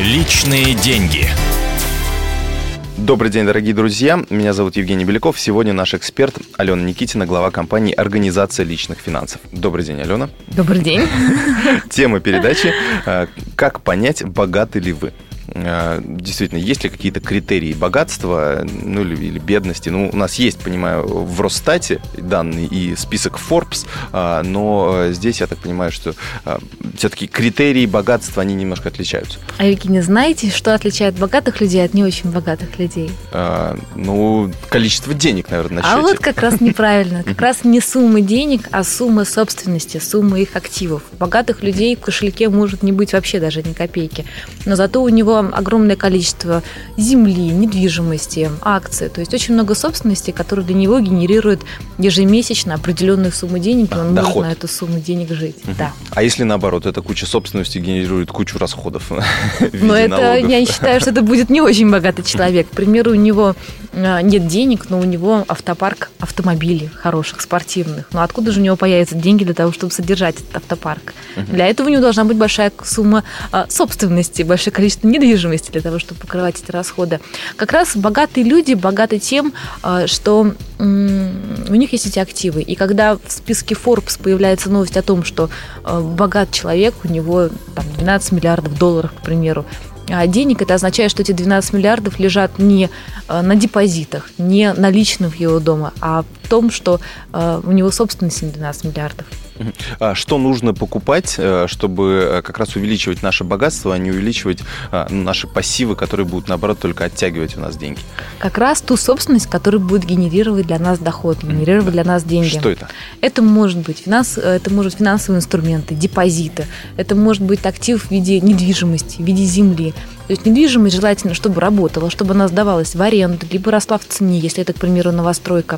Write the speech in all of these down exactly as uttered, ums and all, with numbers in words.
Личные деньги. Добрый день, дорогие друзья. Меня зовут Евгений Беляков. Сегодня наш эксперт Алена Никитина, глава компании «Организация личных финансов». Добрый день, Алена. Добрый день. Тема передачи «Как понять, богаты ли вы?». Действительно, есть ли какие-то критерии богатства, ну или, или бедности? Ну, у нас есть, понимаю, в Росстате данные и список Forbes, но здесь, я так понимаю, что все-таки критерии богатства, они немножко отличаются. А, Евгений, знаете, что отличает богатых людей от не очень богатых людей? А, ну, количество денег, наверное, на счете. А вот как раз неправильно. Как раз не сумма денег, а сумма собственности, сумма их активов. У богатых людей в кошельке может не быть вообще даже ни копейки. Но зато у него огромное количество земли, недвижимости, акций. То есть очень много собственности, которые для него генерируют ежемесячно определенную сумму денег, и он Доход. может на эту сумму денег жить. Угу. Да. А если наоборот, эта куча собственности генерирует кучу расходов в виде Но это, налогов? я считаю, что это будет не очень богатый человек. К примеру, у него нет денег, но у него автопарк автомобилей хороших, спортивных. Но откуда же у него появятся деньги для того, чтобы содержать этот автопарк? Угу. Для этого у него должна быть большая сумма собственности, большое количество недвижимости для того, чтобы покрывать эти расходы. Как раз богатые люди богаты тем, что у них есть эти активы. И когда в списке Forbes появляется новость о том, что богат человек, у него там, двенадцать миллиардов долларов, к примеру, денег, это означает, что эти двенадцать миллиардов лежат не на депозитах, не наличных его дома, а в том, что у него собственности двенадцать миллиардов. Что нужно покупать, чтобы как раз увеличивать наше богатство, а не увеличивать наши пассивы, которые будут, наоборот, только оттягивать у нас деньги? Как раз ту собственность, которая будет генерировать для нас доход, генерировать для нас деньги. Что это? Это может быть, финанс, это может быть финансовые инструменты, депозиты, это может быть актив в виде недвижимости, в виде земли. То есть недвижимость желательно, чтобы работала, чтобы она сдавалась в аренду, либо росла в цене, если это, к примеру, новостройка.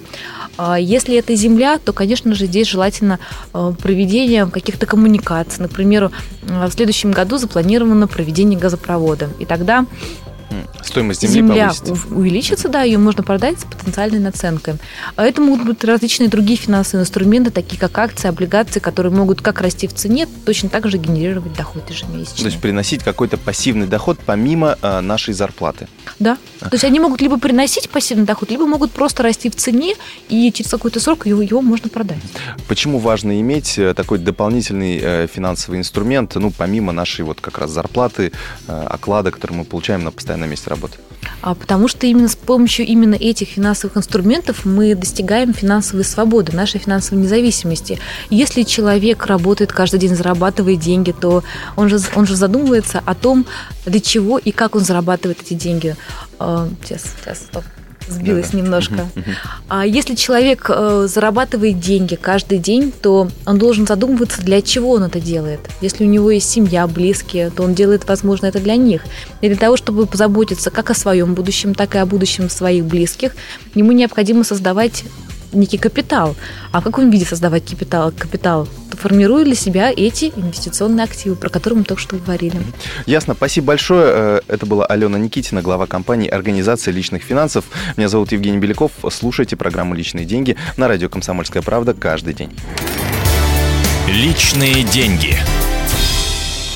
Если это земля, то, конечно же, здесь желательно проведение каких-то коммуникаций. Например, в следующем году запланировано проведение газопровода. И тогда стоимость земли земля повысится. увеличится, да, ее можно продать с потенциальной наценкой. А это могут быть различные другие финансовые инструменты, такие как акции, облигации, которые могут как расти в цене, точно так же генерировать доход ежемесячно. То есть приносить какой-то пассивный доход помимо а, нашей зарплаты. Да. То есть они могут либо приносить пассивный доход, либо могут просто расти в цене, и через какой-то срок его, его можно продать. Почему важно иметь такой дополнительный э, финансовый инструмент, ну, помимо нашей вот как раз зарплаты, э, оклада, который мы получаем на постоянном месте работы? А потому что именно с помощью именно этих финансовых инструментов мы достигаем финансовой свободы, нашей финансовой независимости. Если человек работает каждый день, зарабатывает деньги, то он же, он же задумывается о том, для чего и как он зарабатывает эти деньги. Сейчас, сейчас, стоп. Сбилась да, да. немножко. А если человек э, зарабатывает деньги каждый день, то он должен задумываться, для чего он это делает. Если у него есть семья, близкие, то он делает, возможно, это для них. И для того, чтобы позаботиться как о своем будущем, так и о будущем своих близких, ему необходимо создавать некий капитал. А в каком виде создавать капитал? Капитал, формируя для себя эти инвестиционные активы, про которые мы только что говорили. Ясно. Спасибо большое. Это была Алена Никитина, глава компании «Организация личных финансов». Меня зовут Евгений Беляков. Слушайте программу «Личные деньги» на радио «Комсомольская правда» каждый день. Личные деньги.